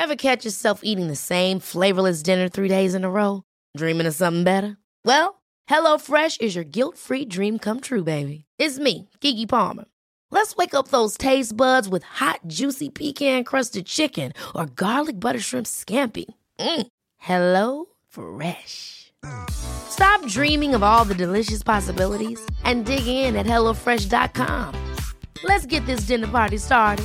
Ever catch yourself eating the same flavorless dinner 3 days in a row? Dreaming of something better? Well, HelloFresh is your guilt-free dream come true, baby. It's me, Keke Palmer. Let's wake up those taste buds with hot, juicy pecan-crusted chicken or garlic butter shrimp scampi. Hello Fresh. Stop dreaming of all the delicious possibilities and dig in at HelloFresh.com. Let's get this dinner party started.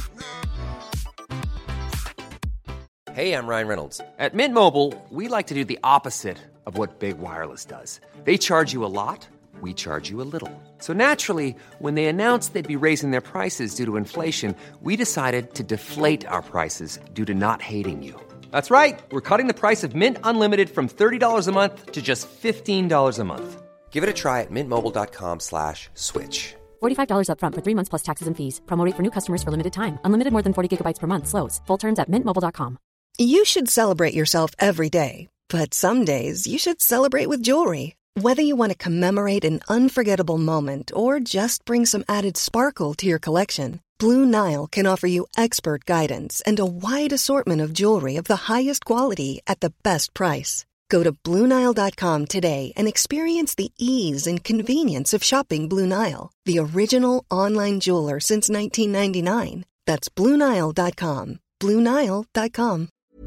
Hey, I'm Ryan Reynolds. At Mint Mobile, we like to do the opposite of what Big Wireless does. They charge you a lot, we charge you a little. So naturally, when they announced they'd be raising their prices due to inflation, we decided to deflate our prices due to not hating you. That's right. We're cutting the price of Mint Unlimited from $30 a month to just $15 a month. Give it a try at mintmobile.com/switch. $45 up front for 3 months plus taxes and fees. Promo rate for new customers for limited time. Unlimited more than 40 gigabytes per month. Slows full terms at mintmobile.com. You should celebrate yourself every day, but some days you should celebrate with jewelry. Whether you want to commemorate an unforgettable moment or just bring some added sparkle to your collection, Blue Nile can offer you expert guidance and a wide assortment of jewelry of the highest quality at the best price. Go to BlueNile.com today and experience the ease and convenience of shopping Blue Nile, the original online jeweler since 1999. That's BlueNile.com. BlueNile.com.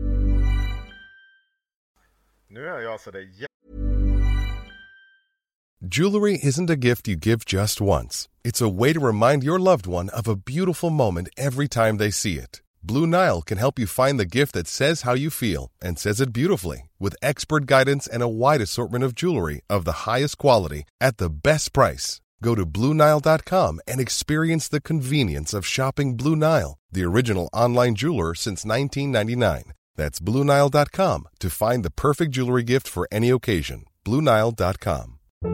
Nu är jag alltså det. Jewelry isn't a gift you give just once. It's a way to remind your loved one of a beautiful moment every time they see it. Blue Nile can help you find the gift that says how you feel and says it beautifully, with expert guidance and a wide assortment of jewelry of the highest quality at the best price. Go to BlueNile.com and experience the convenience of shopping Blue Nile, the original online jeweler since 1999. That's BlueNile.com to find the perfect jewelry gift for any occasion. BlueNile.com.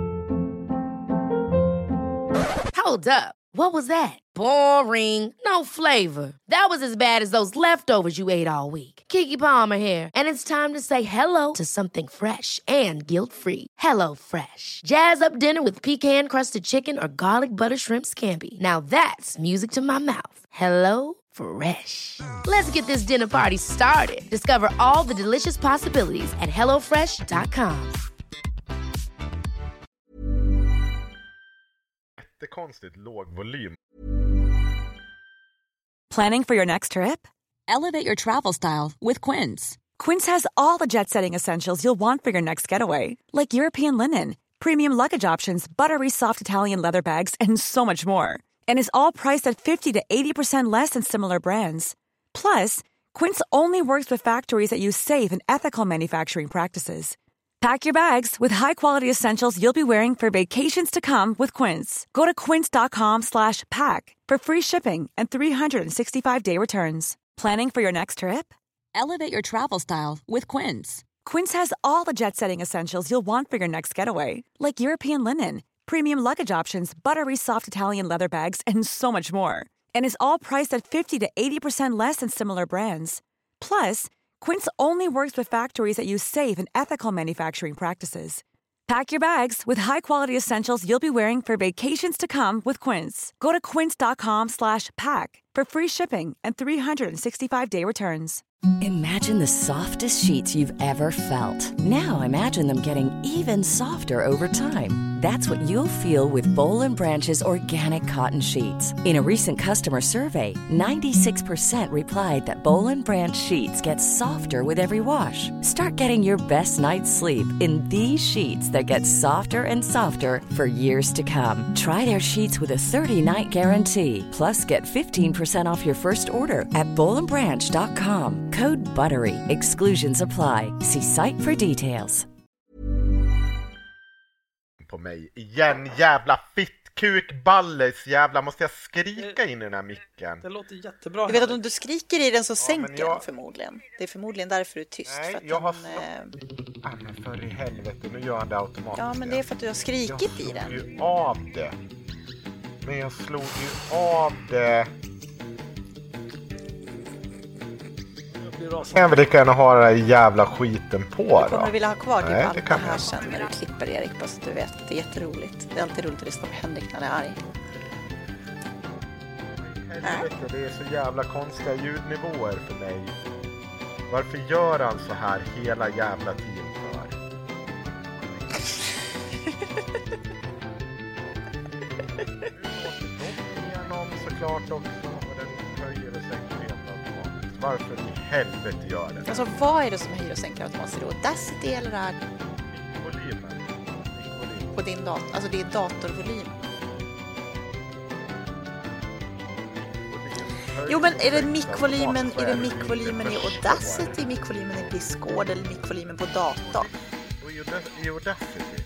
Hold up. What was that? Boring. No flavor. That was as bad as those leftovers you ate all week. Keke Palmer here, and it's time to say hello to something fresh and guilt-free. Hello Fresh. Jazz up dinner with pecan-crusted chicken or garlic butter shrimp scampi. Now that's music to my mouth. Hello Fresh. Let's get this dinner party started. Discover all the delicious possibilities at HelloFresh.com. Jättekonstigt låg volym. Planning for your next trip? Elevate your travel style with Quince. Quince has all the jet-setting essentials you'll want for your next getaway, like European linen, premium luggage options, buttery soft Italian leather bags, and so much more. And is all priced at 50 to 80% less than similar brands. Plus, Quince only works with factories that use safe and ethical manufacturing practices. Pack your bags with high-quality essentials you'll be wearing for vacations to come with Quince. Go to quince.com/pack for free shipping and 365-day returns. Planning for your next trip? Elevate your travel style with Quince. Quince has all the jet-setting essentials you'll want for your next getaway, like European linen, premium luggage options, buttery soft Italian leather bags, and so much more. And is all priced at 50 to 80% less than similar brands. Plus, Quince only works with factories that use safe and ethical manufacturing practices. Pack your bags with high-quality essentials you'll be wearing for vacations to come with Quince. Go to quince.com/pack for free shipping and 365-day returns. Imagine the softest sheets you've ever felt. Now imagine them getting even softer over time. That's what you'll feel with Boll & Branch's organic cotton sheets. In a recent customer survey, 96% replied that Boll & Branch sheets get softer with every wash. Start getting your best night's sleep in these sheets that get softer and softer for years to come. Try their sheets with a 30-night guarantee. Plus, get 15% off your first order at bollandbranch.com. Code BUTTERY. Exclusions apply. See site for details. På mig. Igen, jävla fittkuk, balles, jävla. Måste jag skrika in i den här micken? Det låter jättebra. Du vet att om du skriker i den så sänker den förmodligen. Det är förmodligen därför du är tyst. Nej, för att jag har den, men för i helvete, nu gör han det automatiskt. Ja, men det är för att du har skrikit i den. Jag slog ju av det. Men jag slog ju av det. Jag vill lika gärna ha den här jävla skiten på då. Kommer du vilja ha kvar Nej, allt det här jag. sen när du klipper, Erik? Bara så att du vet, det är jätteroligt. Det är alltid roligt att lyssna på Henrik när det är arg. Helvete, det är så jävla konstiga ljudnivåer för mig. Varför gör han så här hela jävla tiden för? Igenom såklart också. Och den höjer och sänker helt automatiskt. Varför i helvete gör den? Alltså vad är det som höjer och sänker automatiskt? Är det Audacity eller är Volymen. på din dator? Alltså det är datorvolym. Jo, men är det mickvolymen i Audacity, mickvolymen i Discord eller mickvolymen på datorn? I Audacity.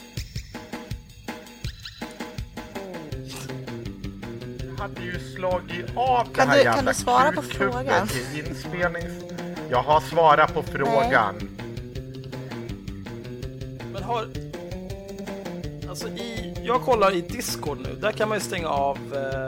Jag hade ju slagit av det här Kan du svara på frågan? Jag har svarat på frågan. Men alltså jag kollar i Discord nu. Där kan man ju stänga av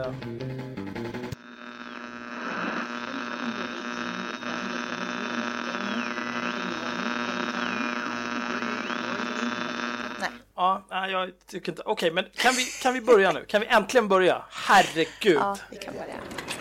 Ja, jag tycker inte. Okej, men kan vi börja nu? Kan vi äntligen börja? Herregud. Ja, vi kan börja.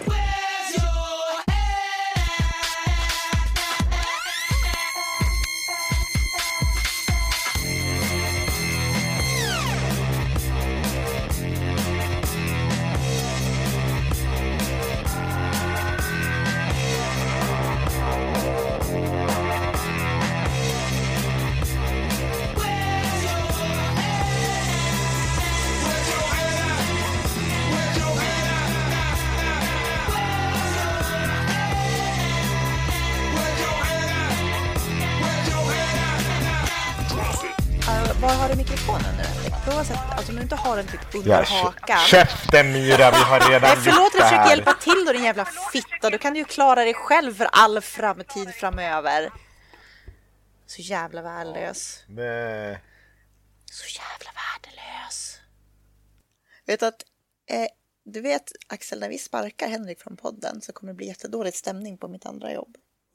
Var har du mikrofonen nu? Prova sätt, alltså om du inte har den typ under hakan. Käften Myra, vi har redan gjort det här. Förlåt att jag försöker hjälpa till då, din jävla fitta. Då kan du ju klara dig själv för all framtid framöver. Så jävla värdelös. Nej. Så jävla värdelös. Vet att du vet, Axel, när vi sparkar Henrik från podden så kommer det bli jättedålig stämning på mitt andra jobb.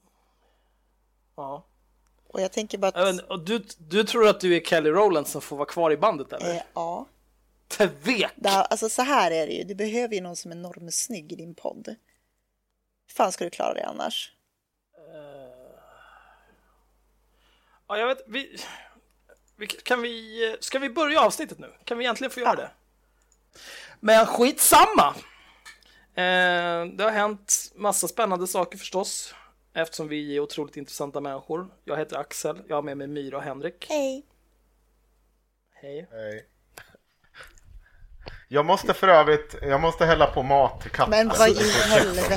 Ja. Och jag tänker bara att... Och du tror att du är Kelly Rowland som får vara kvar i bandet, eller? Ja. Tvek! Alltså så här är det ju. Du behöver ju någon som är normsnygg i din podd. Hur fan ska du klara det annars? Ja, jag vet. Ska vi börja avsnittet nu? Kan vi egentligen få göra det? Men skitsamma! Det har hänt massa spännande saker förstås. Eftersom vi är otroligt intressanta människor. Jag heter Axel, jag har med mig Myra och Henrik. Hej. Hej. Hej. Jag måste hälla på mat till katten. Men vad i helvete.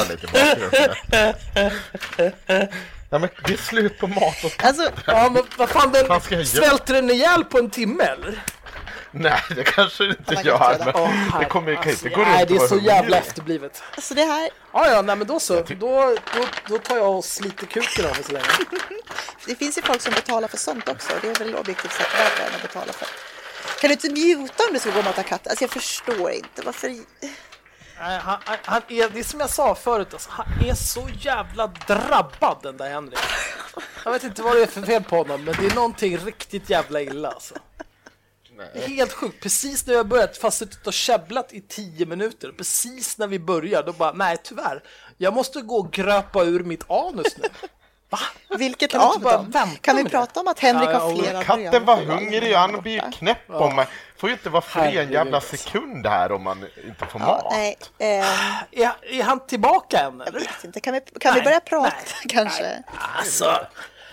Ja, men det är slut på mat och alltså, ja, men vad fan, svälter den ihjäl på en timme, eller? Nej, det kanske det inte gör. Men det kommer ju inte gå runt. Nej, det är så jävla efterblivet. Alltså det här... Ja, nej, men då så. Då tar jag och sliter kuken av mig så länge. Det finns ju folk som betalar för sånt också. Det är väl objektivt sett värre än att betala för. Kan du inte muta om du ska gå och mata katt? Alltså jag förstår inte varför... Nej, han är, det är som jag sa förut, alltså, han är så jävla drabbad, den där Henrik. Jag vet inte vad det är för fel på honom, men det är någonting riktigt jävla illa alltså. Det är helt sjukt. Precis när jag börjat fast suttit och käbblat i 10 minuter. Precis när vi börjar, då bara, nej tyvärr. Jag måste gå och gröpa ur mitt anus nu. Va? Vilket av dem? Kan vi prata om att Henrik har flera katten var hungrig, han blir ju knäpp om mig. Får ju inte vara fri en jävla sekund här om man inte får mat. Nej, är han tillbaka än? Jag vet inte. Kan vi börja prata kanske? Nej. Alltså...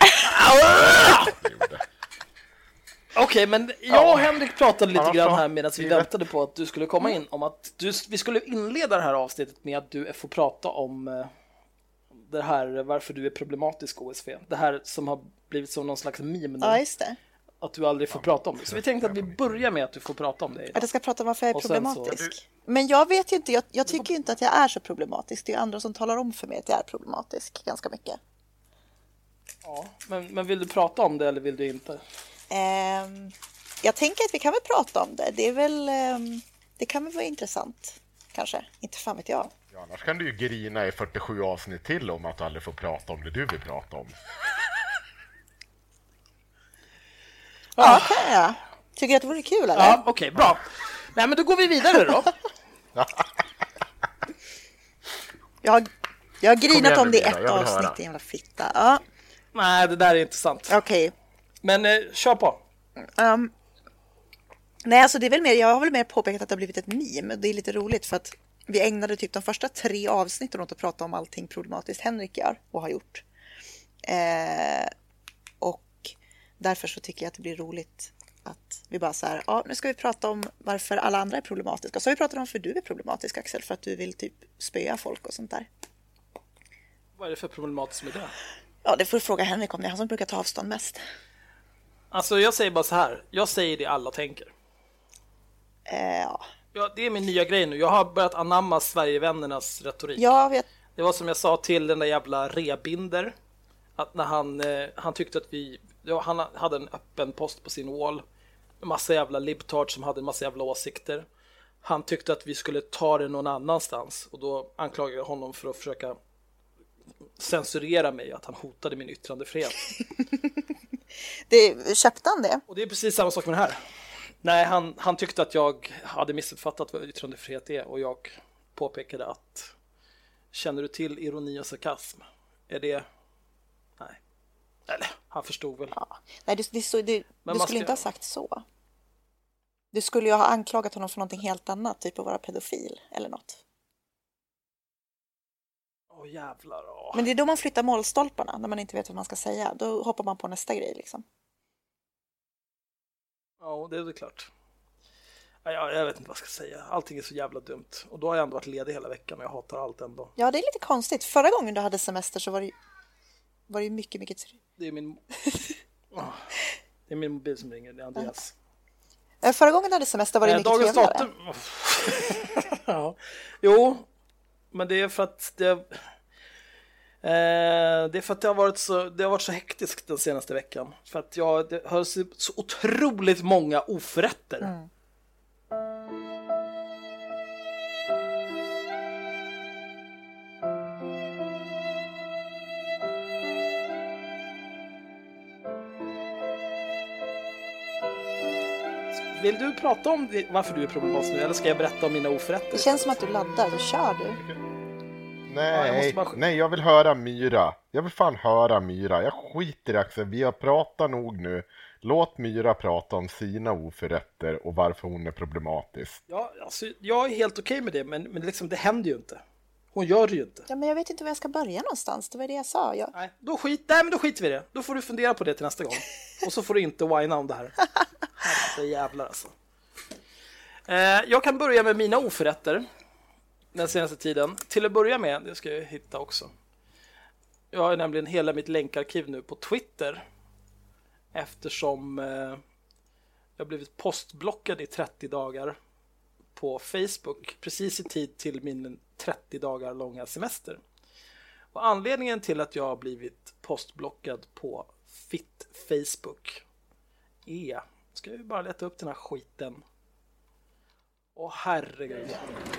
Okej, men jag och Henrik pratade lite grann här medan vi väntade på att du skulle komma in om att vi skulle inleda det här avsnittet med att du får prata om det här, varför du är problematisk OSV. Det här som har blivit som någon slags meme nu. Ja, just det. Att du aldrig får prata om det. Så vi tänkte att vi börjar med att du får prata om det idag. Att jag ska prata om varför jag är problematisk. Men jag vet ju inte, jag tycker ju inte att jag är så problematisk. Det är andra som talar om för mig att jag är problematisk ganska mycket. Ja, men vill du prata om det eller vill du inte? Jag tänker att vi kan väl prata om det. Det är väl, det kan väl vara intressant. Kanske, inte fan vet jag. Ja, annars kan du ju grina i 47 avsnitt till om att du aldrig får prata om det du vill prata om. Ja, kan jag. Tycker du att det vore kul, eller? Ja, okej, bra. Nej, men då går vi vidare då. Jag har grinat om det i Mira, ett jag vill avsnitt, höra. en jävla fitta. Ja, Nej, det där är inte sant. okej. Men kör på. Nej, alltså det är väl mer, jag har väl mer påpekat att det har blivit ett meme. Det är lite roligt för att vi ägnade typ de första 3 avsnitten åt att prata om allting problematiskt Henrik gör och har gjort. Och därför så tycker jag att det blir roligt att vi bara så här, ja, nu ska vi prata om varför alla andra är problematiska. Så har vi pratat om varför du är problematisk, Axel, för att du vill typ spöa folk och sånt där. Vad är det för problematiskt med det? Ja, det får du fråga Henrik om, det är han som brukar ta avstånd mest. Alltså jag säger bara så här, jag säger det alla tänker. Ja. Ja, det är min nya grej nu. Jag har börjat anamma Sverigevännernas retorik. Jag vet. Det var som jag sa till den där jävla Rebinder. Att när han tyckte att han hade en öppen post på sin wall. En massa jävla libtards som hade en massa jävla åsikter. Han tyckte att vi skulle ta det någon annanstans. Och då anklagade jag honom för att försöka censurera mig. Att han hotade min yttrandefrihet. Köpte han det? Och det är precis samma sak med det här. Nej, han tyckte att jag hade missuppfattat vad yttrandefrihet är. Och jag påpekade att känner du till ironi och sarkasm? Är det... Nej. Eller, han förstod väl. Ja. Nej, du skulle inte ha sagt så. Du skulle ju ha anklagat honom för någonting helt annat. Typ att vara pedofil eller något. Åh jävlar. Åh. Men det är då man flyttar målstolparna. När man inte vet vad man ska säga. Då hoppar man på nästa grej liksom. Ja, det är klart. Jag vet inte vad jag ska säga. Allting är så jävla dumt. Och då har jag ändå varit ledig hela veckan och jag hatar allt ändå. Ja, det är lite konstigt. Förra gången du hade semester så var det ju mycket, mycket... Det är min mobil som ringer. Det är Andreas. Förra gången du hade semester var det mycket dagens trevligare. Ja. Jo, men det är för att det har varit så hektiskt den senaste veckan. För att det har så otroligt många oförrätter. Mm. Vill du prata om varför du är problematisk nu eller ska jag berätta om mina oförrätter? Det känns som att du laddar, då kör du. Nej, jag vill höra Myra. Jag vill fan höra Myra. Jag skiter i Axel, vi har pratat nog nu. Låt Myra prata om sina oförrätter och varför hon är problematisk. Ja, alltså, jag är helt okej med det, men liksom, det händer ju inte. Hon gör det ju inte. Ja, men jag vet inte var jag ska börja någonstans. Det var det jag sa. Nej, då skiter vi i det. Då får du fundera på det till nästa gång. Och så får du inte whina om det här. Herre jävlar alltså. Jag kan börja med mina oförrätter den senaste tiden. Till att börja med, det ska jag hitta också. Jag har nämligen hela mitt länkarkiv nu på Twitter. Eftersom jag blivit postblockad i 30 dagar på Facebook. Precis i tid till min 30 dagar långa semester. Och anledningen till att jag har blivit postblockad på Facebook är... Ska vi bara leta upp den här skiten. Åh herregud.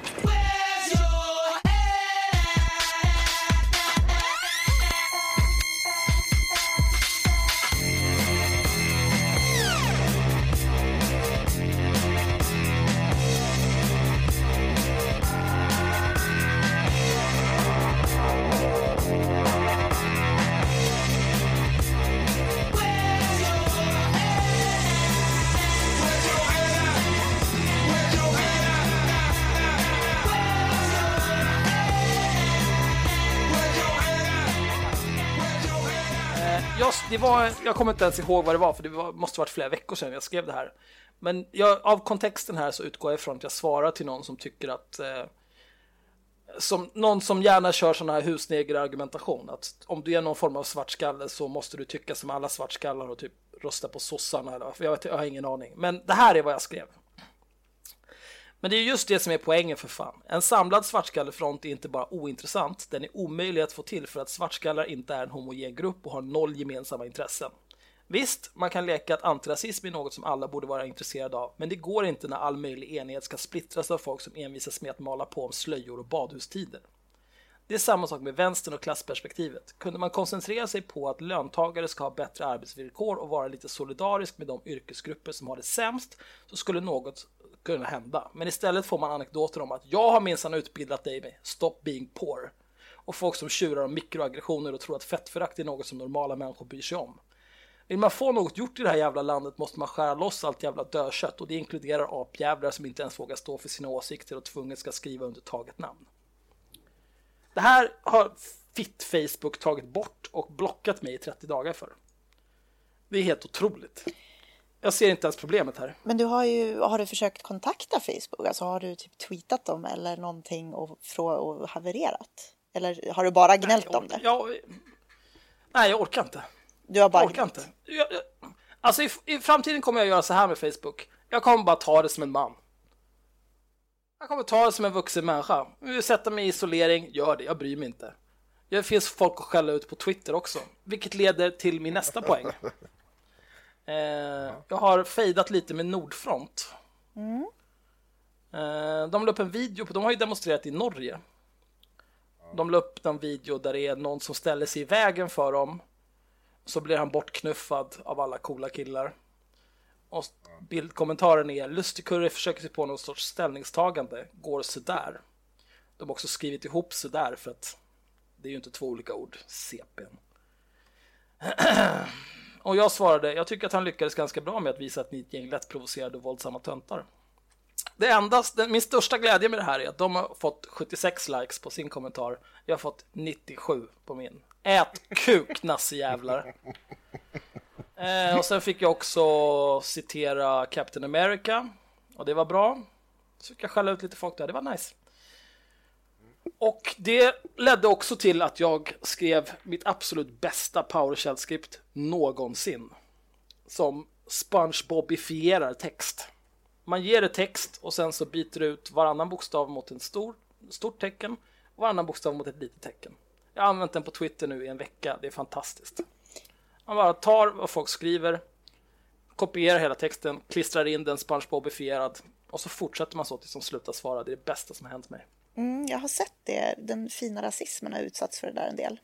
Jag kommer inte ens ihåg vad det var, för det måste varit flera veckor sedan jag skrev det här. Men av kontexten här så utgår jag ifrån att jag svarar till någon som tycker att någon som gärna kör sån här husnegerargumentation, att om du är någon form av svartskalle så måste du tycka som alla svartskallar och typ rösta på sossarna eller jag har ingen aning. Men det här är vad jag skrev. Men det är just det som är poängen för fan. En samlad svartskallefront är inte bara ointressant, den är omöjlig att få till för att svartskallar inte är en homogen grupp och har 0 gemensamma intressen. Visst, man kan leka att antirasism är något som alla borde vara intresserade av, men det går inte när all möjlig enighet ska splittras av folk som envisas med att mala på om slöjor och badhustider. Det är samma sak med vänstern och klassperspektivet. Kunde man koncentrera sig på att löntagare ska ha bättre arbetsvillkor och vara lite solidarisk med de yrkesgrupper som har det sämst, så skulle något kunna hända. Men istället får man anekdoter om att jag har minsann utbildat dig med Stop being poor. och folk som tjurar om mikroaggressioner och tror att fettförakt är något som normala människor bryr sig om. Vill man få något gjort i det här jävla landet måste man skära loss allt jävla dödkött, och det inkluderar apjävlar som inte ens vågar stå för sina åsikter och tvunget ska skriva under taget namn. Det här har Facebook tagit bort och blockat mig i 30 dagar för. Det är helt otroligt. Jag ser inte ens problemet här. Men har du försökt kontakta Facebook? Alltså har du typ tweetat dem eller någonting och havererat? Eller har du bara gnällt om det? Nej, jag orkar inte. Du har bara orkar inte. Alltså i framtiden kommer jag göra så här med Facebook. Jag kommer bara ta det som en man. Jag kommer ta det som en vuxen människa. Vill sätta mig i isolering, gör det. Jag bryr mig inte. Det finns folk att skälla ut på Twitter också. Vilket leder till min nästa poäng. Jag har fejdat lite med Nordfront. De la upp en video, de har ju demonstrerat i Norge. De la upp en video där det är någon som ställer sig i vägen för dem. Så blir han bortknuffad av alla coola killar. Och bildkommentaren är: Lustigkurre försöker sig på någon sorts ställningstagande. Går så där. De har också skrivit ihop så där för att det är ju inte två olika ord. CPn. Och jag svarade: jag tycker att han lyckades ganska bra med att visa att ni är ett gäng lätt provocerade och våldsamma töntar. Min största glädje med det här är att de har fått 76 likes på sin kommentar. Jag har fått 97 på min. Ät kuk, nassejävlar. Och sen fick jag också citera Captain America. Och det var bra. Så fick jag skälla ut lite folk där. Det var nice. Och det ledde också till att jag skrev mitt absolut bästa PowerShell-skript någonsin. Som SpongeBobifierar text. Man ger det text och sen så byter ut varannan bokstav mot en stort tecken och varannan bokstav mot ett litet tecken. Jag har använt den på Twitter nu i en vecka. Det är fantastiskt. Man bara tar vad folk skriver, kopierar hela texten, klistrar in den SpongeBobifierad och så fortsätter man så tills de slutar svara. Det är det bästa som har hänt mig. Jag har sett det. Den fina rasismen har utsatts för det där en del.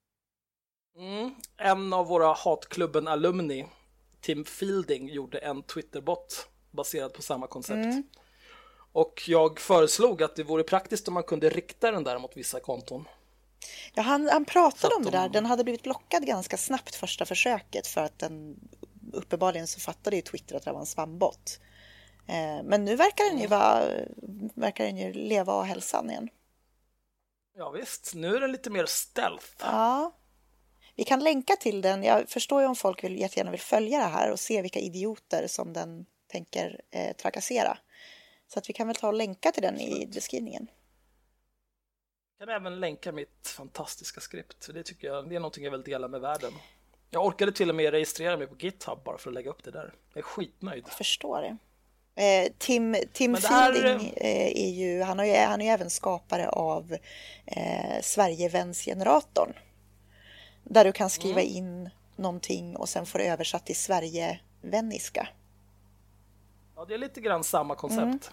En av våra hatklubben-alumni, Tim Fielding, gjorde en Twitterbot baserad på samma koncept. Och jag föreslog att det vore praktiskt om man kunde rikta den där mot vissa konton. Ja, han pratade om det där. Den hade blivit blockad ganska snabbt första försöket för att den uppenbarligen så fattade ju Twitter att det var en spambot. Men nu verkar den ju leva och hälsan igen. Ja visst, nu är den lite mer stealth. Ja. Vi kan länka till den. Jag förstår ju om folk jättegärna vill följa det här och se vilka idioter som den tänker trakassera. Så att vi kan väl ta och länka till den i beskrivningen. Jag kan även länka mitt fantastiska skript. Det tycker jag, det är någonting jag vill dela med världen. Jag orkade till och med registrera mig på GitHub bara för att lägga upp det där. Jag är skitnöjd. Jag förstår det. Tim Fielding är ju, han är ju även skapare av Sverigevänsgeneratorn. Där du kan skriva in någonting och sen får det översatt till Sverigevänniska. Ja, det är lite grann samma koncept.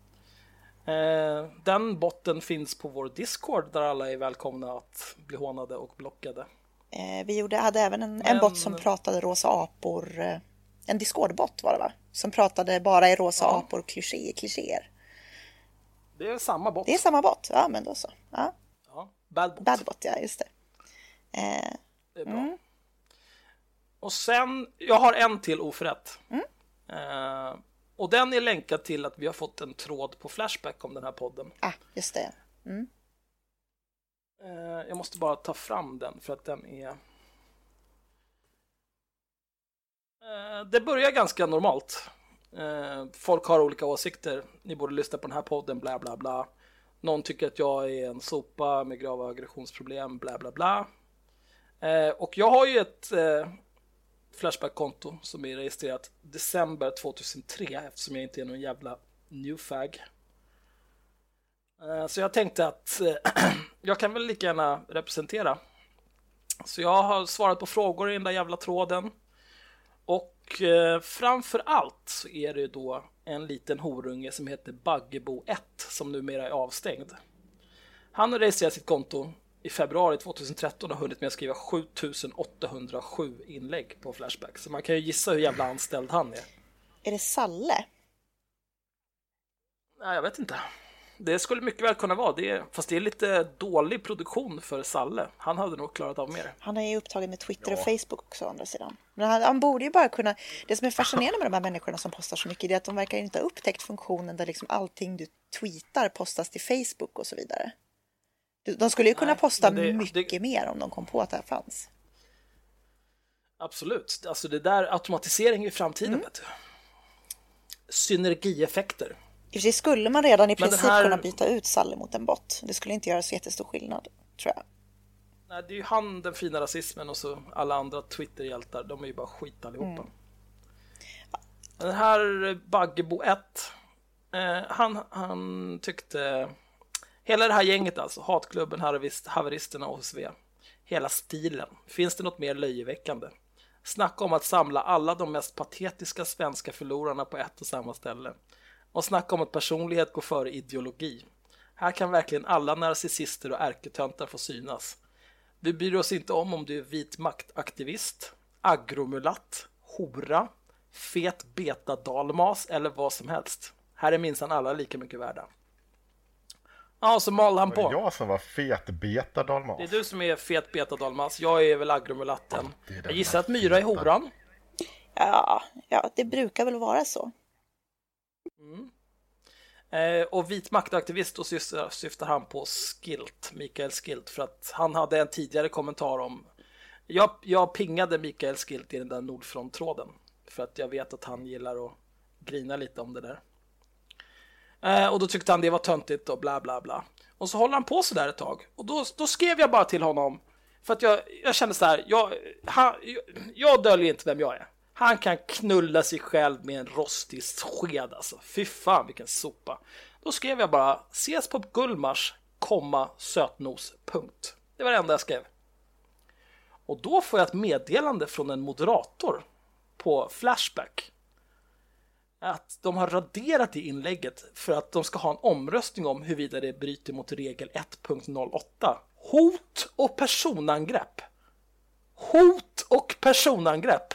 Den botten finns på vår Discord där alla är välkomna att bli hånade och blockade. Vi hade även en bot som pratade rosa apor. En Discord-bot var det, va? Som pratade bara i rosa apor klichéer. Det är samma bot. Det är samma bot, ja men då så. Ja. Badbot, ja just det. Det är bra. Och sen, jag har en till oförrätt. Och den är länkad till att vi har fått en tråd på Flashback om den här podden. Just det. Jag måste bara ta fram den för att den är... Det börjar ganska normalt. Folk har olika åsikter. Ni borde lyssna på den här podden, bla bla bla. Någon tycker att jag är en sopa med grava aggressionsproblem, bla bla bla. Och jag har ju ett Flashback-konto som är registrerat december 2003 eftersom jag inte är någon jävla newfag. Så jag tänkte att jag kan väl lika gärna representera. Så jag har svarat på frågor i den där jävla tråden. Och framför allt så är det då en liten horunge som heter Baggebo 1 som numera är avstängd. Han har registrerat sitt konto i februari 2013 och hunnit med att skriva 7807 inlägg på Flashback. Så man kan ju gissa hur jävla anställd han är. Är det Salle? Nej, jag vet inte. det skulle mycket väl kunna vara det. Fast det är lite dålig produktion för Salle. Han hade nog klarat av mer. Han är ju upptagen med Twitter och Facebook också å andra sidan. Men han borde ju bara kunna... Det som är fascinerande med de här människorna som postar så mycket är att de verkar inte ha upptäckt funktionen där liksom allting du tweetar postas till Facebook och så vidare. De skulle ju kunna posta mycket mer om de kom på att det här fanns. Absolut. Alltså det där automatisering i framtiden. Vet du. Synergieffekter. I och för sig skulle man redan i princip kunna byta ut Salle mot en bot. Det skulle inte göra så jättestor skillnad, tror jag. Nej, det är ju han, den fina rasismen, och så alla andra Twitter-hjältar. De är ju bara skit allihopa. Den här Baggebo 1, han tyckte... Hela det här gänget alltså, Hatklubben, Haveristerna och HSV. Hela stilen. Finns det något mer löjeväckande? Snacka om att samla alla de mest patetiska svenska förlorarna på ett och samma ställe. Och snacka om att personlighet går före ideologi. Här kan verkligen alla narcissister och ärketöntar få synas. Vi bryr oss inte om du är vit maktaktivist, agromulatt, hora, fet beta-dalmas eller vad som helst. Här är minsann alla lika mycket värda. Ja, så mal han på. Var det jag som var fet beta-dalmas? Det är du som är fet beta-dalmas. Jag är väl agromulatten. Jag gissar att Myra är horan. Ja, det brukar väl vara så. Och vit maktaktivist, och syftar han på Skilt, Mikael Skilt, för att han hade en tidigare kommentar om... Jag pingade Mikael Skilt i den där Nordfront-tråden för att jag vet att han gillar att grina lite om det där. Och då tyckte han det var töntigt och bla bla bla. Och så håller han på så där ett tag. Och då skrev jag bara till honom, för att jag kände så här, jag döljer inte vem jag är. Han kan knulla sig själv med en rostig sked alltså. Fy fan vilken sopa. Då skrev jag bara, ses på Gullmars, sötnos, punkt. Det var det enda jag skrev. Och då får jag ett meddelande från en moderator på Flashback. Att de har raderat det inlägget för att de ska ha en omröstning om huruvida det bryter mot regel 1.08. Hot och personangrepp. Hot och personangrepp.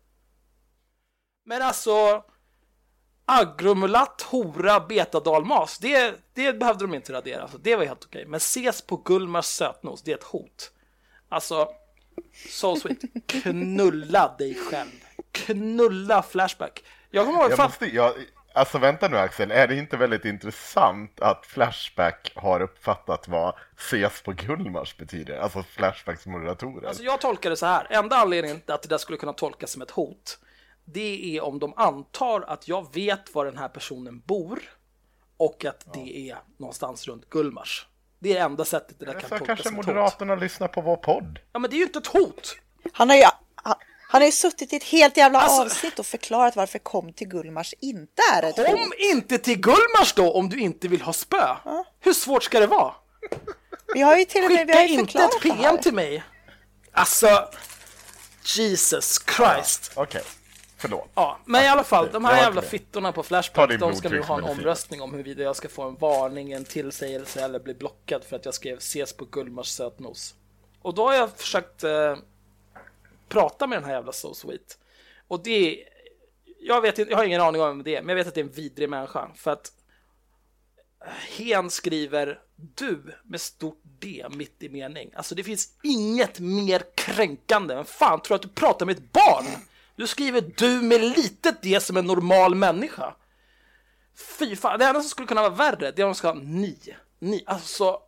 Men alltså, agromulatt, hora, betadalmas, det behövde de inte radera. Alltså, det var helt okej. Men ses på Gullmars sötnos, det är ett hot. Alltså, so sweet. Knulla dig själv. Knulla Flashback. Jag kommer ihåg alltså vänta nu Axel, är det inte väldigt intressant att Flashback har uppfattat vad ses på Gullmars betyder? Alltså Flashbacks moderatorer. Alltså jag tolkar det så här. Enda anledningen att det där skulle kunna tolkas som ett hot, det är om de antar att jag vet var den här personen bor och att det är någonstans runt Gullmars. Det är det enda sättet det där kan tolkas kanske som ett hot. Moderaterna lyssnar på vår podd. Ja, men det är ju inte ett hot. Han har ju suttit i ett helt jävla avsnitt och förklarat varför kom till Gullmars inte är ett hot. Kom inte till Gullmars då om du inte vill ha spö. Ja. Hur svårt ska det vara? Vi har ju till och med Skicka inte ett PM till mig. Alltså, Jesus Christ. Okej. Förlåt. Ja, men i alla fall, de här jävla fittorna på Flashback, de ska nu ha en omröstning om huruvida jag ska få en varning, en tillsägelse eller bli blockad för att jag skrev ses på Gullmars sötnos. Och då har jag försökt prata med den här jävla So Sweet. Och det, jag har ingen aning om vem det är, men jag vet att det är en vidrig människa. För att hen skriver du med stort D mitt i mening. Alltså det finns inget mer kränkande. Men fan, tror att du pratar med ett barn? Du skriver du med litet D som en normal människa. Fy fan, det enda som skulle kunna vara värre, det är om de ska ha ni. Alltså,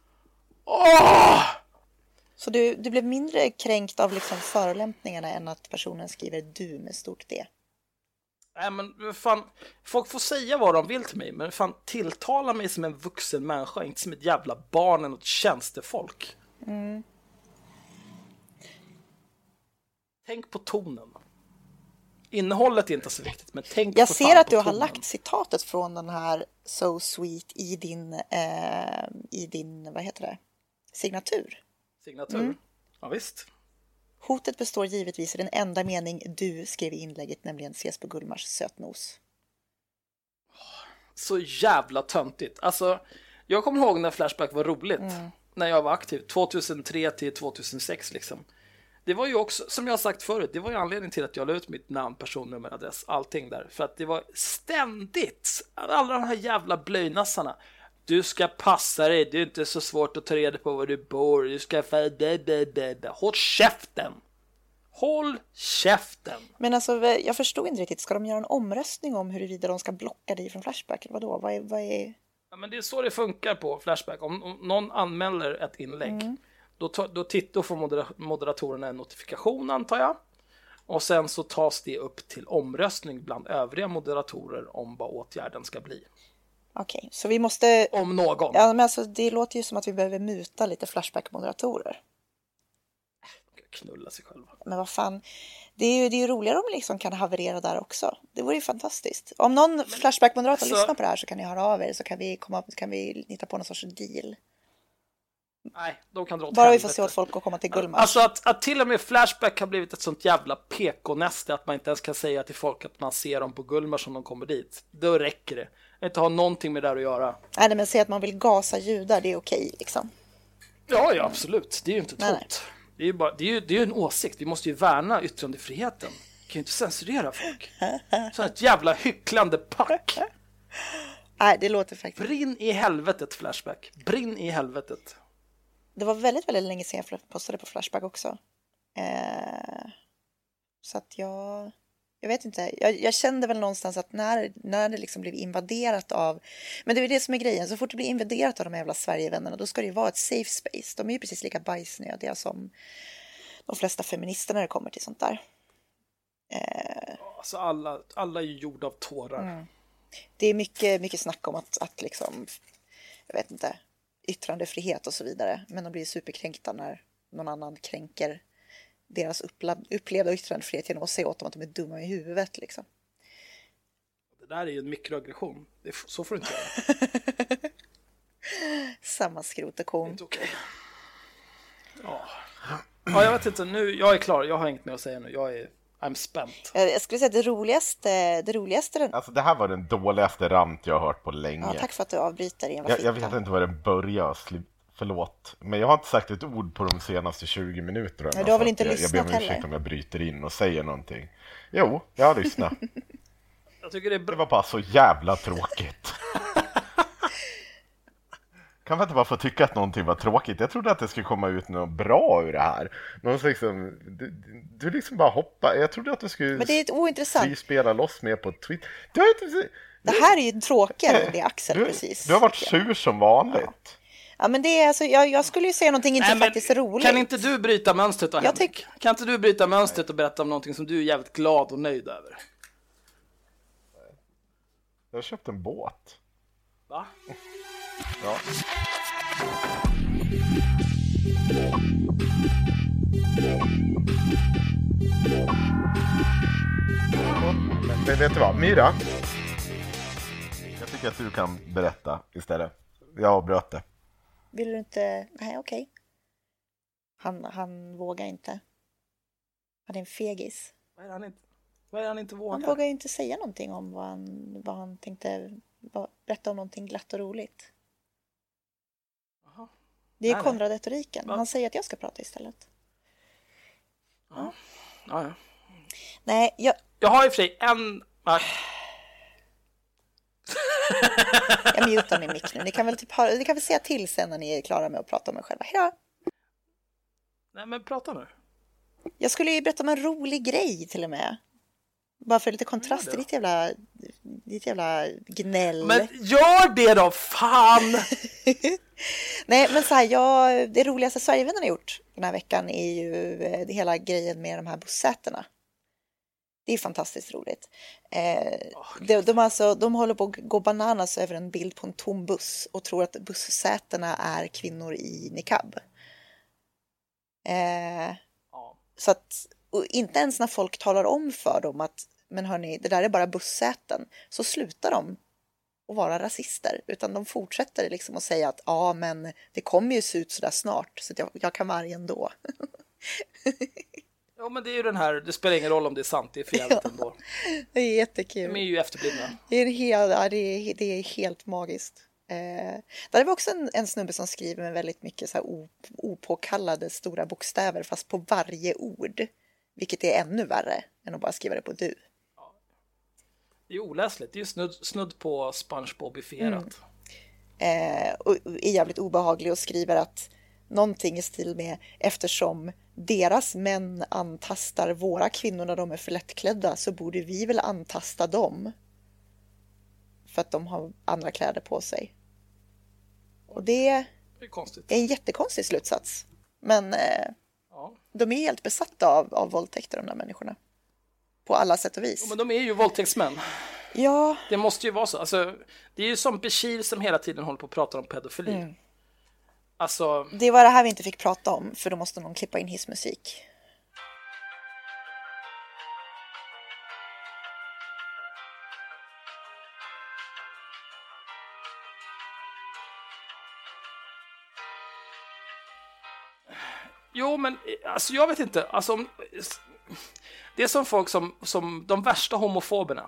Så du blev mindre kränkt av liksom förolämpningarna än att personen skriver du med stort D? Nej, men fan, folk får säga vad de vill till mig, men fan, tilltala mig som en vuxen människa, inte som ett jävla barn eller något tjänstefolk. Tänk på tonen. Innehållet är inte så viktigt, men tänk jag på ser att du tonen. har lagt citatet från den här So Sweet i din vad heter det? Signatur. Ja, visst. Hotet består givetvis i den enda mening du skrev i inlägget, nämligen ses på Gullmars sötnos. Så jävla töntigt. Alltså, jag kommer ihåg när Flashback var roligt. När jag var aktiv. 2003 till 2006 liksom. Det var ju också, som jag har sagt förut, det var ju anledningen till att jag la ut mitt namn, personnummer, adress, allting där. För att det var ständigt, alla de här jävla blöjnassarna. Du ska passa dig, det är inte så svårt att ta reda på var du bor. Du ska håll käften. Håll käften. Men alltså, jag förstod inte riktigt. Ska de göra en omröstning om huruvida de ska blocka dig från Flashback? Vadå? Vad är... Ja, men det är så det funkar på Flashback. Om någon anmäler ett inlägg, då får moderatorerna en notifikation, antar jag. Och sen så tas det upp till omröstning bland övriga moderatorer om vad åtgärden ska bli. Okej, så vi måste... Om någon. Ja, men alltså, det låter ju som att vi behöver muta lite Flashback-moderatorer. Knulla sig själva. Men vad fan, det är ju roligare om vi liksom kan haverera där också. Det vore ju fantastiskt. Om någon Flashback-moderator lyssnar på det här så kan ni höra av er, så kan vi hitta på någon sorts deal. Nej, de kan dra åt bara helvete. Vi får se åt folk att komma till Gullmars. Alltså att till och med Flashback har blivit ett sånt jävla PK-näste att man inte ens kan säga till folk att man ser dem på Gullmars om de kommer dit. Då räcker det. Inte ha någonting med det där att göra. Nej, men säga att man vill gasa judar, det är okej liksom. Ja, absolut. Det är ju inte ett hot. Det är ju en åsikt. Vi måste ju värna yttrandefriheten. Vi kan ju inte censurera folk. Sån ett jävla hycklande pack. Nej, det låter faktiskt... Brinn i helvetet, Flashback. Brinn i helvetet. Det var väldigt, väldigt länge sedan jag postade på Flashback också. Så att jag vet inte. Jag kände väl någonstans att när det liksom blev invaderat av... Men det är det som är grejen. Så fort det blir invaderat av de jävla Sverigevännerna, då ska det ju vara ett safe space. De är ju precis lika bajsnödiga som de flesta feminister när det kommer till sånt där. Alltså alla är ju gjorda av tårar. Det är mycket snack om att liksom... Jag vet inte... yttrandefrihet och så vidare. Men de blir superkränkta när någon annan kränker deras upplevda yttrandefrihet genom att säga åt dem att de är dumma i huvudet liksom. Det där är ju en mikroaggression. Så får du inte göra. Samma skrot och korn. Det är inte okej. Ja, jag vet inte. Nu, jag är klar. Jag har inget mer att säga nu. I'm spent. Jag skulle säga det roligaste Alltså det här var den dåligaste rant jag har hört på länge. Ja, tack för att du avbryter igen. Jag vet inte var den börjar. Förlåt. Men jag har inte sagt ett ord på de senaste 20 minuterna. Men du har väl inte lyssnat heller? Jag ber om ursäkt om jag bryter in och säger någonting. Jo, jag har lyssnat. Jag tycker det var bara så jävla tråkigt. Kan man inte bara få tycka att någonting var tråkigt? Jag trodde att det skulle komma ut något bra ur det här. Någon liksom, du liksom bara hoppa. Jag trodde att du skulle... Men det är ett ointressant. Spela loss mer på Twitter. Det här är ju tråkigare än det Axel precis. Du har varit sur som vanligt. Ja, men det är alltså, jag skulle ju säga någonting inte faktiskt roligt. Kan inte du bryta mönstret då, Henrik? Kan inte du bryta mönstret och berätta om någonting som du är jävligt glad och nöjd över? Jag har köpt en båt. Va? Ja. Men vet du vad, Myra? Jag tycker att du kan berätta istället. Jag avbröt det. Vill du inte? Nej, okej. Han vågar inte. Han är en fegis. Vad är han inte vågar? Han vågar ju inte säga någonting om vad han tänkte berätta om någonting glatt och roligt. Aha. Det är Konrad-retoriken. Han säger att jag ska prata istället. Ja. Nej, jag har i och för sig en... Jag mutar min mick nu. Ni kan väl säga till sen när ni är klara med att prata om er själva. Hejdå! Nej, men prata nu. Jag skulle ju berätta om en rolig grej till och med. Bara för lite kontrast till ditt jävla gnäll. Men gör det då, fan! Nej, men så här, det roligaste Sverigevännerna har gjort den här veckan är ju hela grejen med de här bussätena. Det är fantastiskt roligt. De håller på att gå bananas över en bild på en tom buss och tror att bussätena är kvinnor i niqab. Så att, och inte ens när folk talar om för dem att men hörni, det där är bara bussäten, så slutar de att vara rasister, utan de fortsätter liksom att säga att ja, men det kommer ju se ut så där snart så att jag kan vara arg ändå. Ja, men det är ju den här, det spelar ingen roll om det är sant, det är för jävligt ändå. Det är jättekul. De är ju efterblivna. Det är helt magiskt. Där är också en snubbe som skriver med väldigt mycket så här opåkallade stora bokstäver fast på varje ord. Vilket är ännu värre än att bara skriva det på du. Det är oläsligt, det är ju snudd på SpongeBobifierat. och är jävligt obehaglig och skriver att någonting i stil med eftersom deras män antastar våra kvinnor när de är för lättklädda så borde vi väl antasta dem för att de har andra kläder på sig. Och det är konstigt. En jättekonstig slutsats. Men de är helt besatta av våldtäkter, de där människorna. På alla sätt och vis. Ja, men de är ju våldtäktsmän. Ja. Det måste ju vara så. Alltså, det är ju som Bashir som hela tiden håller på att prata om pedofili. Alltså... Det var det här vi inte fick prata om, för då måste någon klippa in hissmusik. Jo, men alltså jag vet inte. Alltså, det är som folk som de värsta homofoberna.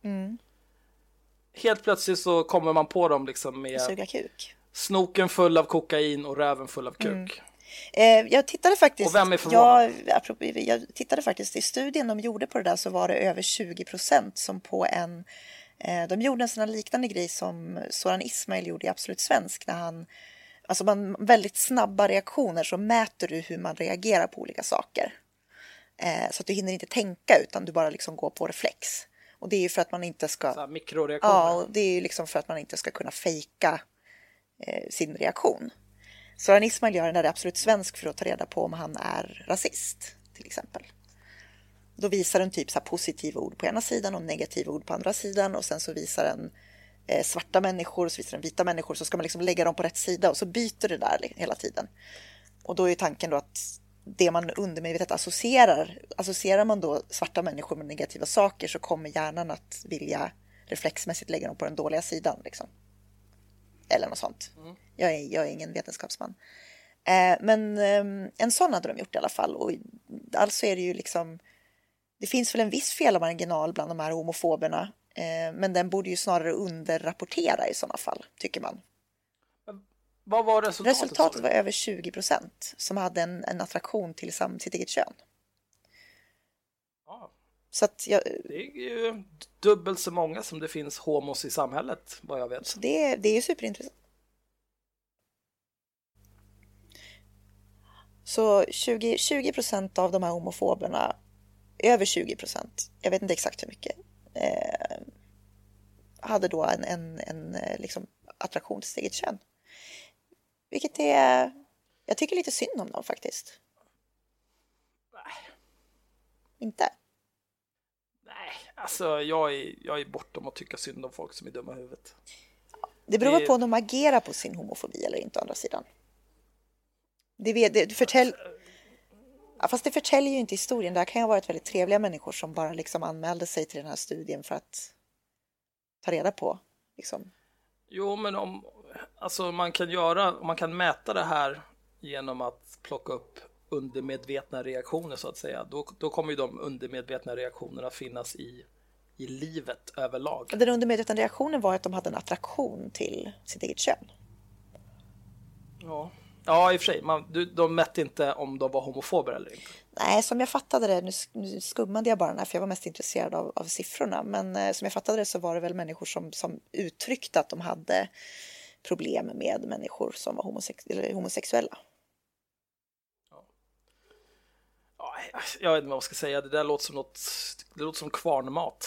Helt plötsligt så kommer man på dem liksom med suga kuk. Snoken full av kokain och räven full av kuk. Jag tittade faktiskt. Och vem är förvånad? Jag tittade faktiskt i studien de gjorde på det där, så var det över 20% som på en... De gjorde en sån här liknande grej som Soran Ismail gjorde i Absolut Svensk, när han... Alltså väldigt snabba reaktioner, så mäter du hur man reagerar på olika saker. Så att du hinner inte tänka, utan du bara liksom går på reflex. Och det är ju för att man inte ska... Så här mikroreaktioner. Ja, och det är ju liksom för att man inte ska kunna fejka sin reaktion. Soran Ismail gör den där Absolut Svensk för att ta reda på om han är rasist, till exempel. Då visar den typ så här positiva ord på ena sidan och negativa ord på andra sidan. Och sen så visar den svarta människor och så visar den vita människor. Så ska man liksom lägga dem på rätt sida och så byter det där hela tiden. Och då är tanken då att det man undermedvetet associerar man då svarta människor med negativa saker, så kommer hjärnan att vilja reflexmässigt lägga dem på den dåliga sidan liksom. Eller något sånt. Jag är ingen vetenskapsman. Men en sån hade de gjort i alla fall. Och alltså är det ju liksom... Det finns väl en viss felmarginal bland de här homofoberna. Men den borde ju snarare underrapportera i sådana fall, tycker man. Vad var resultatet? Resultatet var över 20% som hade en attraktion till sitt eget kön. Ja. Så att det är ju dubbelt så många som det finns homos i samhället, vad jag vet. Så det är ju superintressant. Så 20% av de här homofoberna, över 20%, jag vet inte exakt hur mycket, hade då en liksom attraktion till sitt eget kön. Vilket är, jag tycker lite synd om dem faktiskt. Nej. Inte? Nej, alltså jag är bortom att tycka synd om folk som är dumma i huvudet. Det beror på om de agerar på sin homofobi eller inte, å andra sidan. Fast det förtäljer ju inte historien. Det här kan ju ha varit väldigt trevliga människor som bara liksom anmälde sig till den här studien för att ta reda på liksom. Jo, men om man kan mäta det här genom att plocka upp undermedvetna reaktioner, så att säga. Då kommer ju de undermedvetna reaktionerna finnas i livet överlag. Den undermedvetna reaktionen var att de hade en attraktion till sitt eget kön. Ja, i och för sig. De mätte inte om de var homofober eller inte. Nej, som jag fattade det, nu skummade jag bara den här för jag var mest intresserad av siffrorna. Men som jag fattade det så var det väl människor som uttryckte att de hade problem med människor som var homosexuella. Ja, jag vet inte vad jag ska säga. Det där låter som kvarnmat.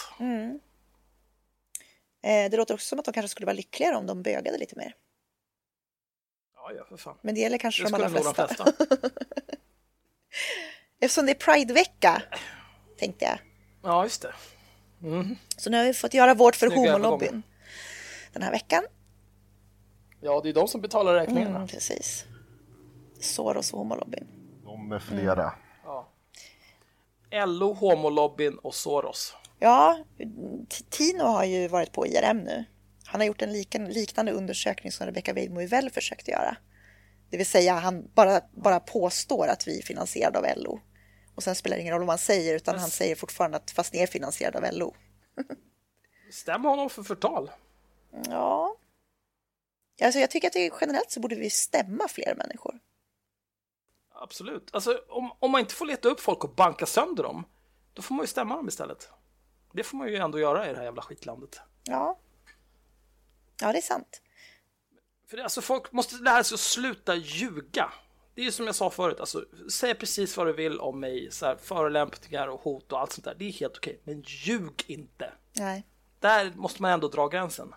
Det låter också som att de kanske skulle vara lyckligare om de bögade lite mer. Ja, för fan. Men det gäller kanske de allra flesta. De flesta. Eftersom det är Pride-vecka, tänkte jag. Ja, just det. Så nu har vi fått göra vårt för homolobbyn den här veckan. Ja, det är de som betalar räkningarna. Precis. Soros och homolobbyn. De är flera. Ja. LO, homolobbyn och Soros. Ja, Tino har ju varit på IRM nu. Han har gjort en liknande undersökning som Rebecca Weidmo försökte göra. Det vill säga han bara påstår att vi är finansierade av LO. Och sen spelar det ingen roll vad man säger, utan han säger fortfarande att fast ni är finansierade av LO. Stämmer honom för förtal? Ja. Alltså jag tycker att generellt så borde vi stämma fler människor. Absolut. Alltså om man inte får leta upp folk och banka sönder dem, då får man ju stämma dem istället. Det får man ju ändå göra i det här jävla skitlandet. Ja. Ja, det är sant. För det, alltså, folk måste lära sig att sluta ljuga. Det är ju som jag sa förut, alltså, säg precis vad du vill om mig, så här, förolämpningar och hot och allt sånt där. Det är helt okej, men ljug inte. Nej. Där måste man ändå dra gränsen.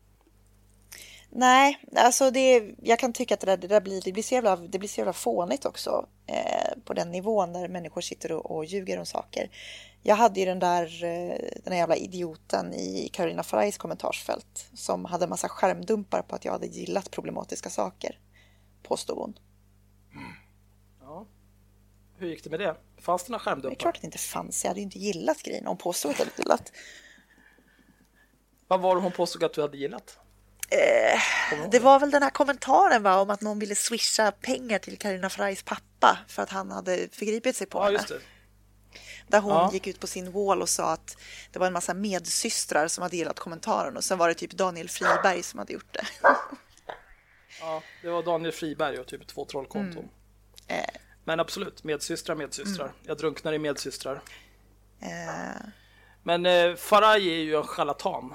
Nej, alltså jag kan tycka att det blir så jävla fånigt också på den nivån där människor sitter och ljuger om saker. Jag hade ju den här jävla idioten i Carolina Farajs kommentarsfält som hade en massa skärmdumpar på att jag hade gillat problematiska saker, påstod hon. Ja. Hur gick det med det? Fanns det några skärmdumpar? Det är klart att det inte fanns. Jag hade ju inte gillat grejen. Hon påstod att jag hade gillat. Vad var det hon påstod att du hade gillat? Det var väl den här kommentaren om att någon ville swisha pengar till Carolina Farajs pappa för att han hade förgripit sig på henne. Just det. Där hon gick ut på sin wall och sa att det var en massa medsystrar som hade gillat kommentaren och sen var det typ Daniel Friberg som hade gjort det. Ja, det var Daniel Friberg och typ 2 trollkonton. Men absolut, medsystrar. Jag drunknar i medsystrar. Men Faraj är ju en charlatan.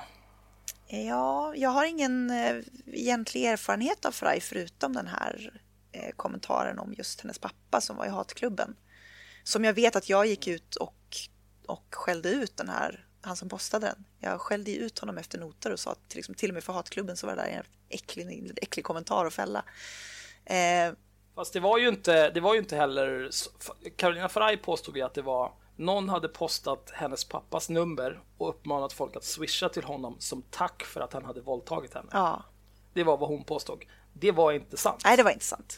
Ja, jag har ingen egentlig erfarenhet av Faraj förutom den här kommentaren om just hennes pappa som var i hatklubben. Som jag vet att jag gick ut och skällde ut han som postade den. Jag skällde ut honom efter noter och sa att till och med för hatklubben så var det där en äcklig kommentar att fälla. Fast det var ju inte heller... Carolina Faraj påstod ju att det var... Någon hade postat hennes pappas nummer och uppmanat folk att swisha till honom som tack för att han hade våldtagit henne. Ja. Det var vad hon påstod. Det var inte sant. Nej, det var inte sant.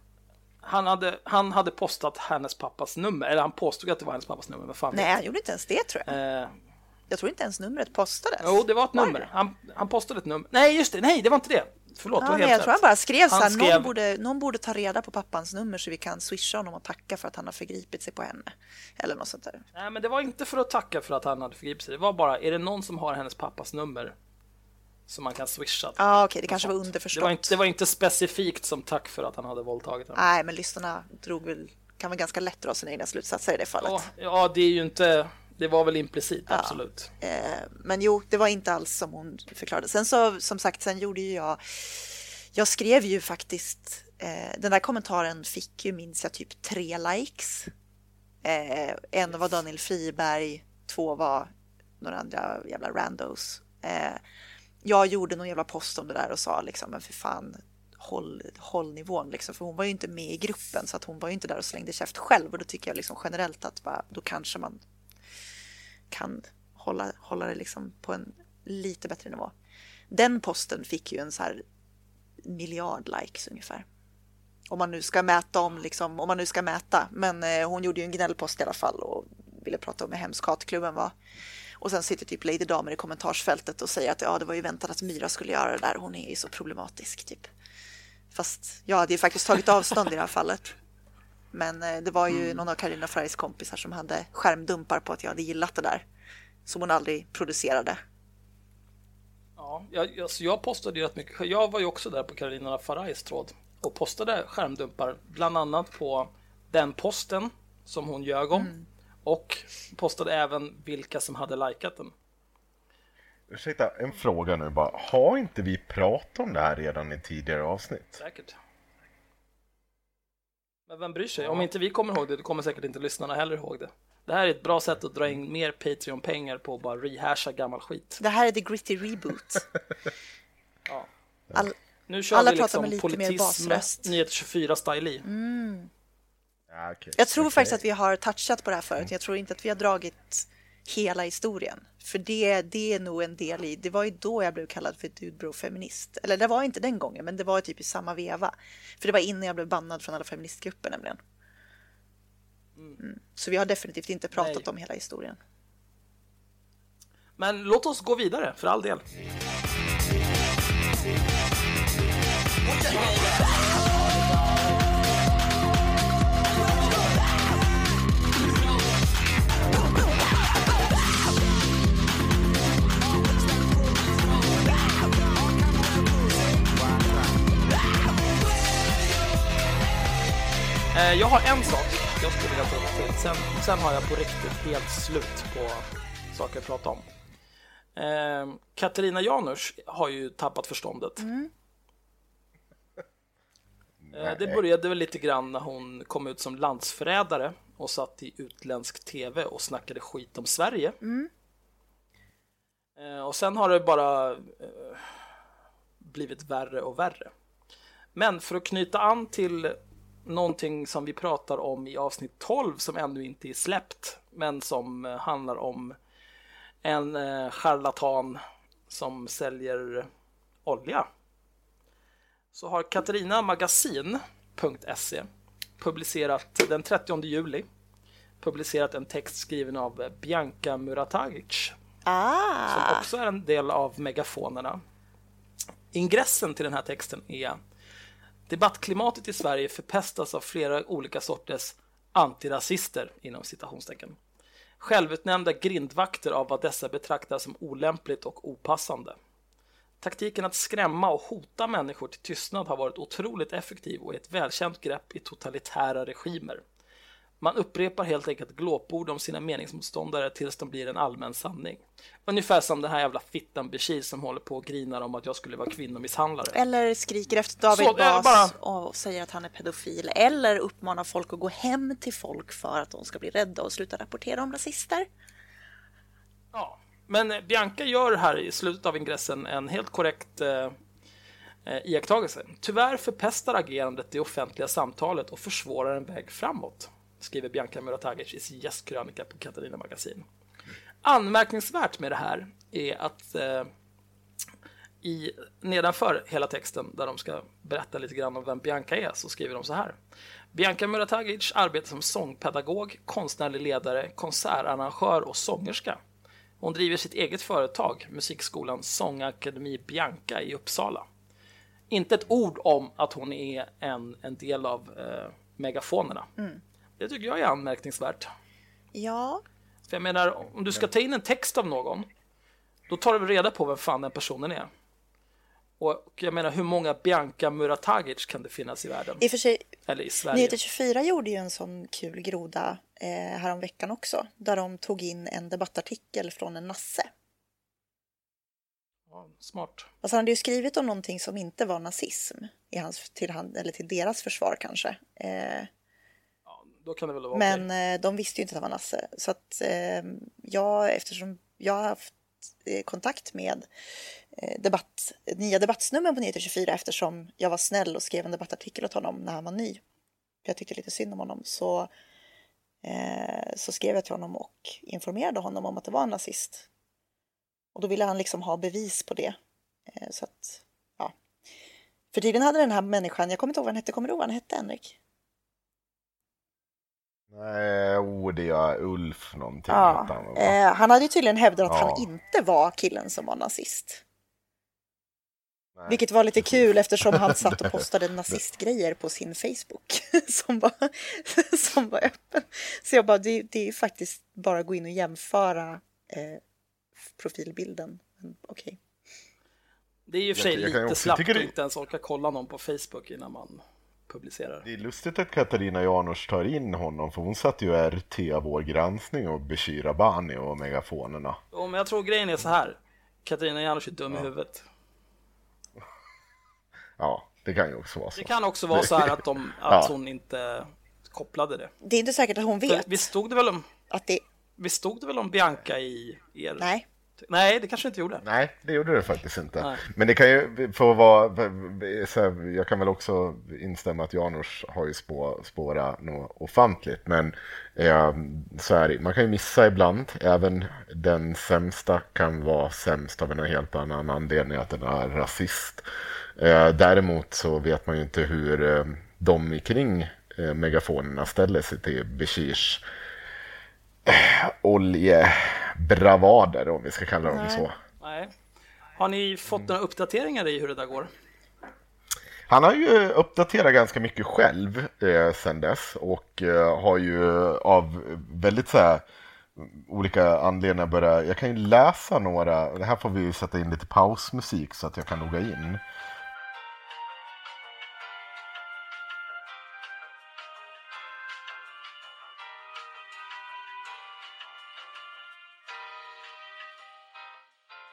Han hade postat hennes pappas nummer. Eller han påstod att det var hennes pappas nummer. Men fan nej, han gjorde inte ens det, tror jag. Jag tror inte ens numret postades. Jo, det var ett nummer. Han postade ett nummer. Nej, just det. Nej, det var inte det. Förlåt, ja, nej, jag tror han bara skrev så här, någon borde ta reda på pappans nummer så vi kan swisha honom och tacka för att han har förgripit sig på henne. Eller något sånt där. Nej, men det var inte för att tacka för att han hade förgripit sig. Det var bara, är det någon som har hennes pappas nummer som man kan swisha? Ja, okej, det kanske var underförstått. Det var inte specifikt som tack för att han hade våldtagit henne. Nej, men lyssnarna kan väl ganska lätt dra sina egna slutsatser i det fallet. Ja, det är ju inte... Det var väl implicit, absolut. Men jo, det var inte alls som hon förklarade. Sen så, som sagt, sen gjorde ju jag skrev ju faktiskt, den där kommentaren fick ju, minns jag, typ 3 likes. En var Daniel Friberg, 2 var några andra jävla randos. Jag gjorde någon jävla post om det där och sa liksom, men för fan, håll nivån liksom. För hon var ju inte med i gruppen så att hon var ju inte där och slängde käft själv. Och då tycker jag liksom generellt att då kanske man kan hålla det liksom på en lite bättre nivå. Den posten fick ju en så här miljard likes ungefär. Om man nu ska mäta men hon gjorde ju en gnällpost i alla fall och ville prata om hur hemsk hatklubben var. Och sen sitter typ Lady Damer i kommentarsfältet och säger att det var ju väntat att Myra skulle göra det där. Hon är ju så problematisk typ. Fast jag hade ju faktiskt tagit avstånd i det här fallet. Men det var ju någon av Carolina Farajs kompisar som hade skärmdumpar på att jag hade gillat det där. Som hon aldrig producerade. Ja, jag postade ju rätt mycket. Jag var ju också där på Carolina Farajs tråd och postade skärmdumpar. Bland annat på den posten som hon ljög om. Och postade även vilka som hade likat den. Ursäkta, en fråga nu bara. Har inte vi pratat om det här redan i tidigare avsnitt? Säkert. Men vem bryr sig? Om inte vi kommer ihåg det, då kommer säkert inte lyssnarna heller ihåg det. Det här är ett bra sätt att dra in mer Patreon-pengar på att bara rehasha gammal skit. Det här är the gritty reboot. Ja. Nu kör alla vi liksom lite politism, Nyheter 24-style i. Jag tror faktiskt att vi har touchat på det här förut. Jag tror inte att vi har dragit hela historien. För det är nog en del i... Det var ju då jag blev kallad för dudebro-feminist. Eller det var inte den gången, men det var typ i samma veva. För det var innan jag blev bannad från alla feministgrupper nämligen. Så vi har definitivt inte pratat om hela historien. Men låt oss gå vidare, för all del. Jag har en sak jag skulle vilja ta upp. Sen har jag på riktigt helt slut på saker att prata om. Katarina Janouch har ju tappat förståndet. Det började väl lite grann när hon kom ut som landsförrädare och satt i utländsk tv och snackade skit om Sverige. Och sen har det bara blivit värre och värre. Men för att knyta an till någonting som vi pratar om i avsnitt 12 som ännu inte är släppt, men som handlar om en charlatan som säljer olja, så har Katarinamagasin.se publicerat den 30 juli publicerat en text skriven av Bianca Muratagic som också är en del av Megafonerna. Ingressen till den här texten är: debattklimatet i Sverige förpestas av flera olika sorters antirasister inom citationstecken. Självutnämnda grindvakter av vad dessa betraktar som olämpligt och opassande. Taktiken att skrämma och hota människor till tystnad har varit otroligt effektiv och är ett välkänt grepp i totalitära regimer. Man upprepar helt enkelt glåpord om sina meningsmotståndare tills de blir en allmän sanning. Ungefär som den här jävla fittan Bashir som håller på och grinar om att jag skulle vara kvinnomisshandlare. Eller skriker efter David Bas och säger att han är pedofil. Eller uppmanar folk att gå hem till folk för att de ska bli rädda och sluta rapportera om rasister. Ja, men Bianca gör här i slutet av ingressen en helt korrekt iakttagelse. Tyvärr förpestar agerandet det offentliga samtalet och försvårar en väg framåt, skriver Bianca Muratagic i sin gästkrönika på Katarina Magasin. Anmärkningsvärt med det här är att nedanför hela texten där de ska berätta lite grann om vem Bianca är, så skriver de så här: Bianca Muratagic arbetar som sångpedagog, konstnärlig ledare, konsertarrangör och sångerska. Hon driver sitt eget företag, musikskolan Sångakademi Bianca i Uppsala. Inte ett ord om att hon är en del av Megafonerna. Det tycker jag är anmärkningsvärt. Ja. För jag menar, om du ska ta in en text av någon, då tar du reda på vem fan den personen är. Och jag menar, hur många Bianca Muratagic kan det finnas i världen? I och för sig, eller i Sverige. Nyheter 24 gjorde ju en sån kul groda här om veckan också, där de tog in en debattartikel från en nasse. Ja, smart. Alltså han hade ju skrivit om någonting som inte var nazism till deras försvar kanske. Då kan det väl vara men okej. De visste ju inte att det var nasse. Så att eftersom jag har haft kontakt med nya debattsnummer på Nyheter 24, eftersom jag var snäll och skrev en debattartikel åt honom när han var ny. Jag tyckte lite synd om honom. Så skrev jag till honom och informerade honom om att det var en nazist. Och då ville han liksom ha bevis på det. Så att, ja. För tiden hade den här människan, jag kommer inte ihåg vad han hette, kommer du ihåg vad han hette, Henrik? Nej, det är Ulf någonting. Ja. Han hade ju tydligen hävdat att han inte var killen som var nazist. Nej, vilket var lite kul eftersom han satt och postade nazistgrejer på sin Facebook som var öppen. Så jag bara, det är ju faktiskt bara att gå in och jämföra profilbilden. Okej. Det är ju för sig lite slappt att inte ens orka kolla någon på Facebook innan man publicerar. Det är lustigt att Katarina Janouch tar in honom, för hon satt ju RT av vår granskning och Bashir Abani och Megafonerna. Ja, men jag tror grejen är så här. Katarina Janouch är dum i huvudet. Ja, det kan ju också vara så. Det kan också vara så här att hon inte kopplade det. Det är inte säkert att hon vet. Visst stod det väl om Bianca i er? Nej, det kanske inte gjorde. Nej, det gjorde det faktiskt inte. Nej. Men det kan ju få vara så här, jag kan väl också instämma att Janouch har ju spårat något ofantligt, men så här, man kan ju missa ibland. Även den sämsta kan vara sämst av en helt annan anledning, att den är rasist. Däremot så vet man ju inte hur de kring Megafonerna ställer sig till Bashirs oljebravader, om vi ska kalla dem så. Nej. Har ni fått några uppdateringar i hur det där går? Han har ju uppdaterat ganska mycket själv sedan dess, och har ju av väldigt så här olika anledningar jag kan ju läsa några, det här får vi sätta in lite pausmusik så att jag kan logga in.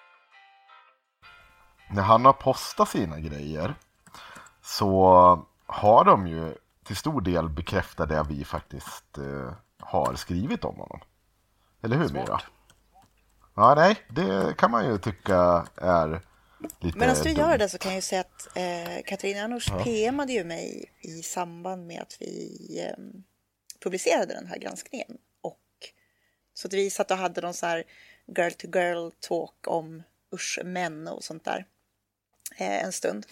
När han har postat sina grejer så har de ju till stor del bekräftat det vi faktiskt har skrivit om honom. Eller hur, Mira? Ja, nej, det kan man ju tycka är lite... Men om du gör det så kan jag ju säga att Katarina Janouch PMade ju mig i samband med att vi publicerade den här granskningen. Och så att vi satt och hade någon så här girl-to-girl talk om män och sånt där en stund.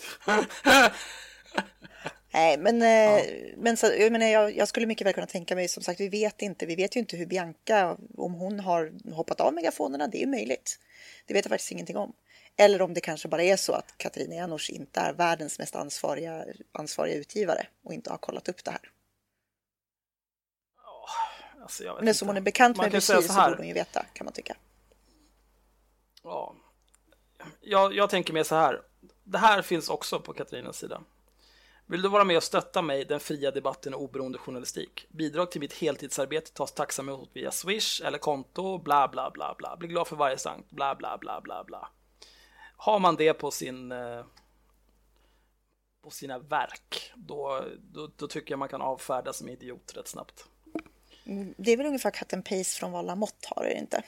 Nej, men så, jag skulle mycket väl kunna tänka mig, som sagt, vi vet ju inte hur Bianca, om hon har hoppat av megafonerna, det är ju möjligt. Det vet jag faktiskt ingenting om. Eller om det kanske bara är så att Katarina Janouch inte är världens mest ansvariga utgivare och inte har kollat upp det här. Alltså, men som hon är bekant med Lucie så borde hon ju veta, kan man tycka. Ja. Jag tänker mer så här. Det här finns också på Katarinas sida. Vill du vara med och stötta mig, den fria debatten och oberoende journalistik? Bidrag till mitt heltidsarbete tas tacksamt emot via Swish eller konto, bla bla bla bla. Bli glad för varje sankt, bla bla bla bla bla. Har man det på sina verk, då tycker jag man kan avfärda som idiot rätt snabbt. Det är väl ungefär cut and paste från vad Lamotte har, är det inte?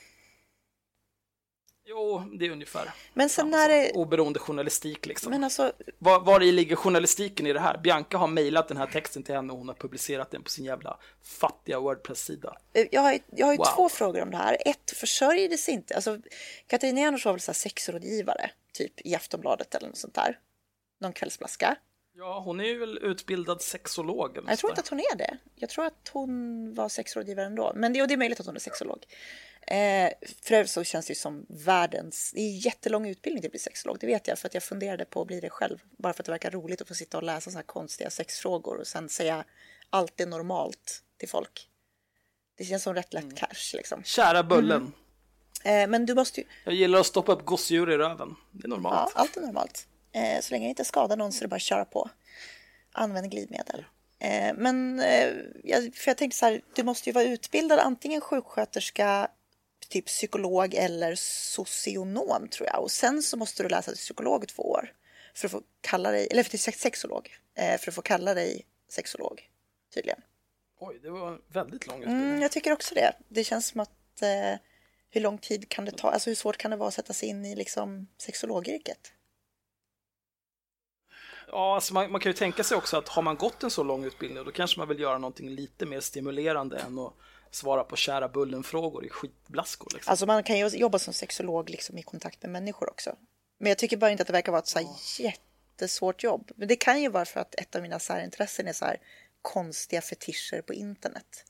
Jo, det är ungefär. Men sen när det... Oberoende journalistik liksom. Men alltså... Var i ligger journalistiken i det här? Bianca har mejlat den här texten till henne och hon har publicerat den på sin jävla fattiga Wordpress-sida. Jag har ju två frågor om det här. Ett, försörjde sig inte... Alltså, Katarina Janouch var väl så här sexrådgivare, typ i Aftonbladet eller något sånt där. Någon kvällsplaska. Ja, hon är ju väl utbildad sexolog. Eller jag tror inte att hon är det. Jag tror att hon var sexrådgivare ändå. Men det är möjligt att hon är sexolog. För övrigt så känns det ju som världens... Det är jättelång utbildning till att bli sexolog, det vet jag. För att jag funderade på att bli det själv. Bara för att det verkar roligt att få sitta och läsa så här konstiga sexfrågor. Och sen säga allt är normalt till folk. Det känns som rätt lätt cash liksom. Kära bullen. Men du måste ju... Jag gillar att stoppa upp gosedjur i röven. Det är normalt. Ja, allt är normalt. Så länge det inte skadar någon så är det bara att köra på. Använd glidmedel. Jag tänkte så här, du måste ju vara utbildad antingen sjuksköterska, typ psykolog eller socionom tror jag. Och sen så måste du läsa till psykolog 2 år för att få kalla dig, eller till sexolog, för att få kalla dig sexolog tydligen. Oj, det var en väldigt lång utbildning. Jag tycker också det. Det känns som att hur lång tid kan det ta, alltså hur svårt kan det vara att sätta sig in i liksom sexologyrket? Ja, alltså man kan ju tänka sig också att har man gått en så lång utbildning då kanske man vill göra någonting lite mer stimulerande än att svara på kära bullen-frågor i skitblaskor. Liksom. Alltså man kan ju jobba som sexolog liksom i kontakt med människor också. Men jag tycker bara inte att det verkar vara ett så här jättesvårt jobb. Men det kan ju vara för att ett av mina särintressen är så här konstiga fetischer på internet.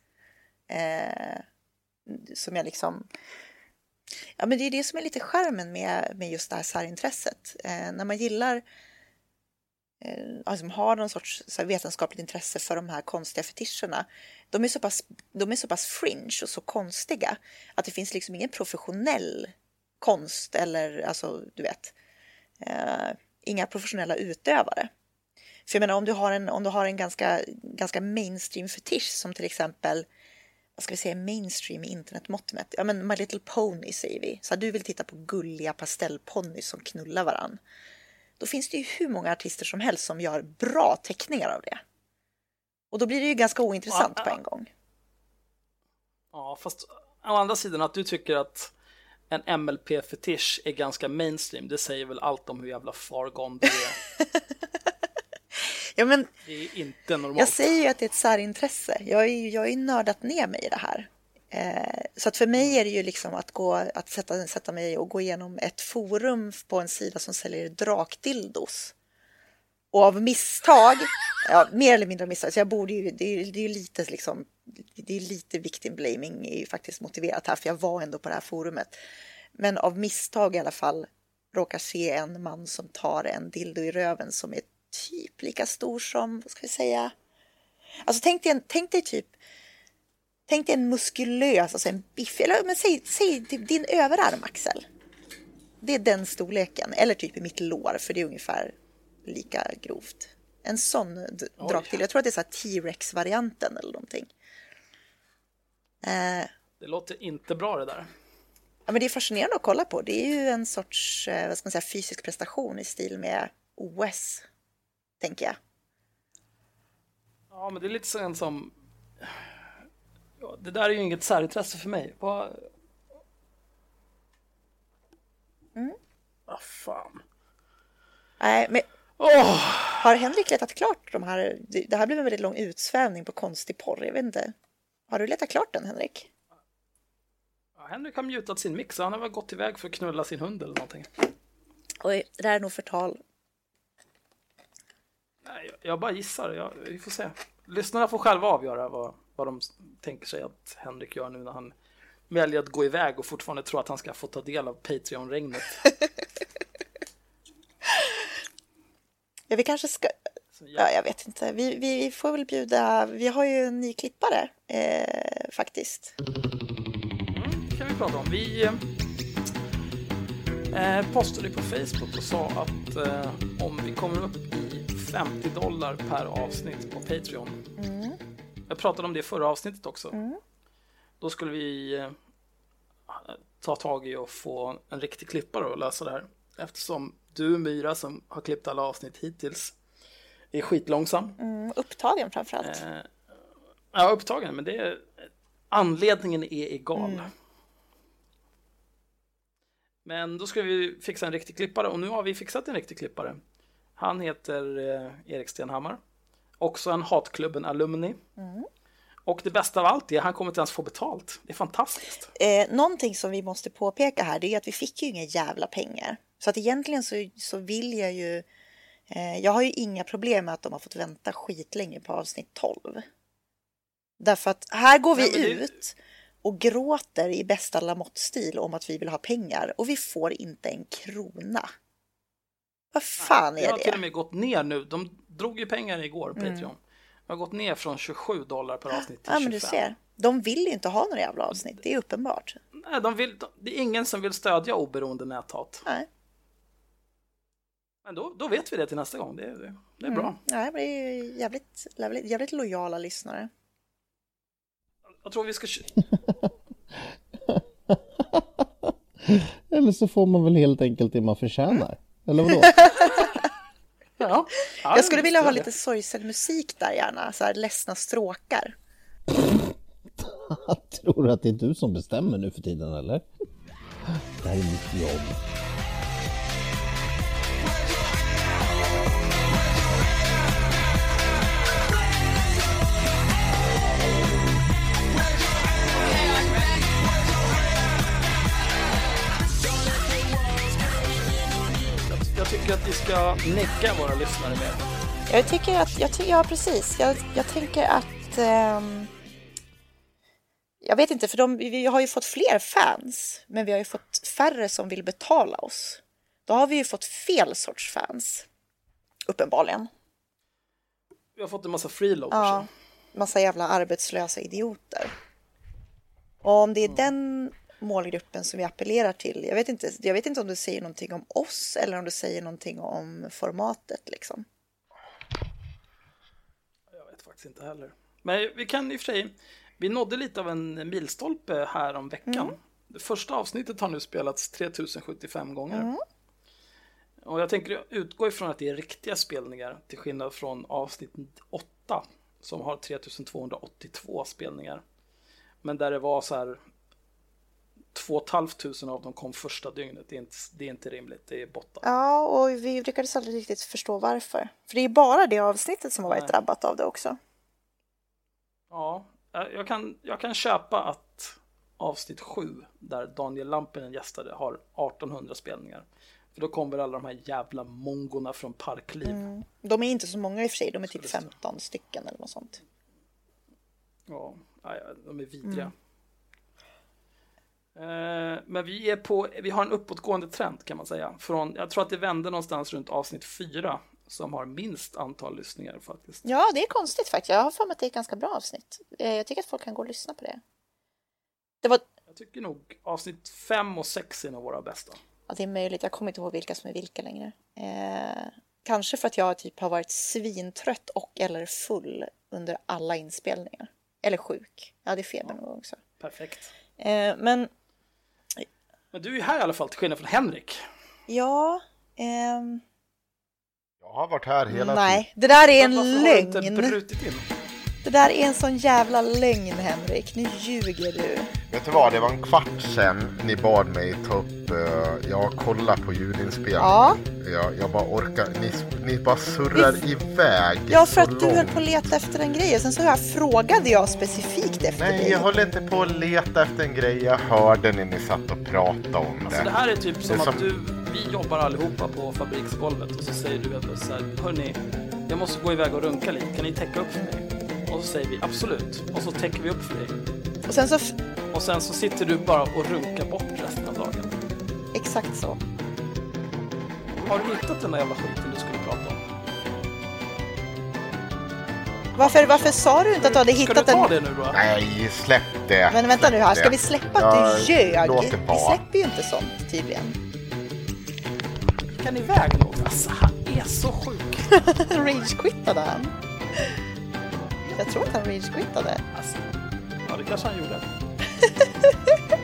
Som jag liksom... Ja, men det är det som är lite charmen med just det här särintresset. När man gillar... Alltså har någon sorts så här vetenskapligt intresse för de här konstiga fetischerna. De är så pass fringe och så konstiga att det finns liksom ingen professionell konst eller alltså du vet inga professionella utövare. För jag menar om du har en ganska mainstream fetisch som till exempel, vad ska vi säga, mainstream i internetmått mätt. Ja men My Little Pony säger vi. Så du vill titta på gulliga pastellponnys som knullar varann. Då finns det ju hur många artister som helst som gör bra teckningar av det. Och då blir det ju ganska ointressant på en gång. Ja, fast å andra sidan att du tycker att en MLP-fetisch är ganska mainstream, det säger väl allt om hur jävla far gone det är. Ja, men det är inte normalt. Jag säger ju att det är ett särintresse. Jag är ju nördat ner mig i det här. Så att för mig är det ju liksom att sätta mig och gå igenom ett forum på en sida som säljer drakdildos. Och av misstag, ja, mer eller mindre misstag, så jag borde ju, det är ju lite liksom, det är lite victim blaming är ju faktiskt motiverat här, för jag var ändå på det här forumet. Men av misstag i alla fall råkar se en man som tar en dildo i röven som är typ lika stor som, vad ska vi säga, alltså tänk dig en muskulös, alltså en biff, eller men säg din överarm, Axel. Det är den storleken, eller typ i mitt lår, för det är ungefär lika grovt. En sån drak till. Jag tror att det är så här T-Rex-varianten eller någonting. Det låter inte bra det där. Ja, men det är fascinerande att kolla på. Det är ju en sorts, vad ska man säga, fysisk prestation i stil med OS, tänker jag. Ja, men det är lite sånt som... Ja, det där är ju inget särintresse för mig. Vad... Fan. Nej, men... Har Henrik letat klart de här... Det här blev en väldigt lång utsvävning på konstig porr, jag vet inte. Har du letat klart den, Henrik? Ja, Henrik har mutat sin mix. Han har väl gått iväg för att knulla sin hund eller någonting. Oj, det där är nog förtal. Nej, jag bara gissar. Vi får se. Lyssnarna får själva avgöra vad de tänker sig att Henrik gör nu när han väljer att gå iväg och fortfarande tror att han ska få ta del av Patreon-regnet. Ja, vi kanske ska... Ja, jag vet inte. Vi får väl bjuda... Vi har ju en ny klippare, faktiskt. Det kan vi prata om. Vi postade på Facebook och sa att om vi kommer upp i $50 per avsnitt på Patreon. Jag pratade om det i förra avsnittet också. Då skulle vi ta tag i och få en riktig klippare och lösa det här. Eftersom du, Myra, som har klippt alla avsnitt hittills, är skitlångsam. Upptagen framförallt. Ja, upptagen, men anledningen är egal. Men då ska vi fixa en riktig klippare, och nu har vi fixat en riktig klippare. Han heter Erik Stenhammar. Också en Hatklubben-alumni. Och det bästa av allt är att han kommer inte ens få betalt. Det är fantastiskt. Någonting som vi måste påpeka här, det är att vi fick ju inga jävla pengar. Så att egentligen så vill jag ju... jag har ju inga problem med att de har fått vänta skitlänge på avsnitt 12. Därför att här går vi ut och gråter i bästa Lamotte-stil om att vi vill ha pengar. Och vi får inte en krona. Vad fan är det? Jag har till och med gått ner nu. De drog ju pengar igår, Patreon. Jag har gått ner från $27 per avsnitt till 25. Ja, men du ser. De vill ju inte ha några jävla avsnitt. Det är uppenbart. Nej, det är ingen som vill stödja oberoende näthat. Nej. Men då vet vi det till nästa gång. Det är bra. Ja, det är jävligt lojala lyssnare. Jag tror vi ska... Eller så får man väl helt enkelt det man förtjänar. Eller vadå? Ja, jag skulle vilja ha lite sorgsen musik där gärna. Så här ledsna stråkar. Tror du att det är du som bestämmer nu för tiden, eller? Det här är mitt jobb. Jag tycker att vi ska necka våra lyssnare med. Jag tycker att, ja precis. Jag tänker att, jag vet inte, för vi har ju fått fler fans, men vi har ju fått färre som vill betala oss. Då har vi ju fått fel sorts fans, uppenbarligen. Vi har fått en massa freeloaders. Ja, massa jävla arbetslösa idioter. Och om det är den målgruppen som vi appellerar till. Jag vet inte om det säger någonting om oss eller om det säger någonting om formatet liksom. Jag vet faktiskt inte heller. Men vi kan i och för sig, vi nådde lite av en milstolpe här om veckan. Det första avsnittet har nu spelats 3075 gånger. Och jag tänker utgå ifrån att det är riktiga spelningar till skillnad från avsnitt 8 som har 3282 spelningar. Men där det var så här 2 500 av dem kom första dygnet. Det är inte rimligt, det är botten. Ja, och vi lyckades aldrig riktigt förstå varför. För det är bara det avsnittet som har varit drabbat av det också. Ja, jag kan köpa att avsnitt 7, där Daniel Lampinen gästade, har 1800 spelningar. För då kommer alla de här jävla mongorna från Parkliv. De är inte så många i och för sig, de är typ 15 stycken eller något sånt. Ja, de är vidriga. Men vi har en uppåtgående trend kan man säga. Jag tror att det vände någonstans runt avsnitt 4 som har minst antal lyssningar faktiskt. Ja, det är konstigt faktiskt. Jag har för mig att det är ett ganska bra avsnitt. Jag tycker att folk kan gå och lyssna på det. Jag tycker nog avsnitt 5 och 6 är nog våra bästa. Ja, det är möjligt. Jag kommer inte ihåg vilka som är vilka längre. Kanske för att jag typ har varit svintrött och eller full under alla inspelningar. Eller sjuk. Ja, det är feber någon gång också. Perfekt. Men du är här i alla fall till skillnad från Henrik. Ja. Jag har varit här hela tiden. Nej, det där är en lögn. Varför har du inte brutit in? Det där är en sån jävla lögn, Henrik. Nu ljuger du. Vet du vad, det var en kvart sedan ni bad mig ta upp, jag kollar på ljudinspelningen. Ja. Jag bara orkar, ni bara surrar iväg. Ja, för att du höll på att leta efter en grej. Och sen så frågade jag specifikt efter dig. Nej, jag höll inte på att leta efter en grej. Jag hörde när ni satt och pratade om det. Alltså det här är typ som att vi jobbar allihopa på fabriksgolvet. Och så säger du så här, hörni, jag måste gå iväg och runka lite. Kan ni täcka upp för mig? Och så säger vi absolut. Och så täcker vi upp för dig. Och sen så sitter du bara och runkar bort resten av dagen. Exakt så. Har du hittat den där jävla skiten du skulle prata om? Varför sa du inte att du hade hittat den? Ska du ta det nu då? Nej, släpp det. Men vänta nu här, ska vi släppa att du ljög? Låt det vara. Vi släpper ju inte sånt tydligen. Kan iväg något? Alltså, han är så sjuk. Rage-quittade han? Jag tror att han rage-quittade. Alltså, ja, det kanske han gjorde.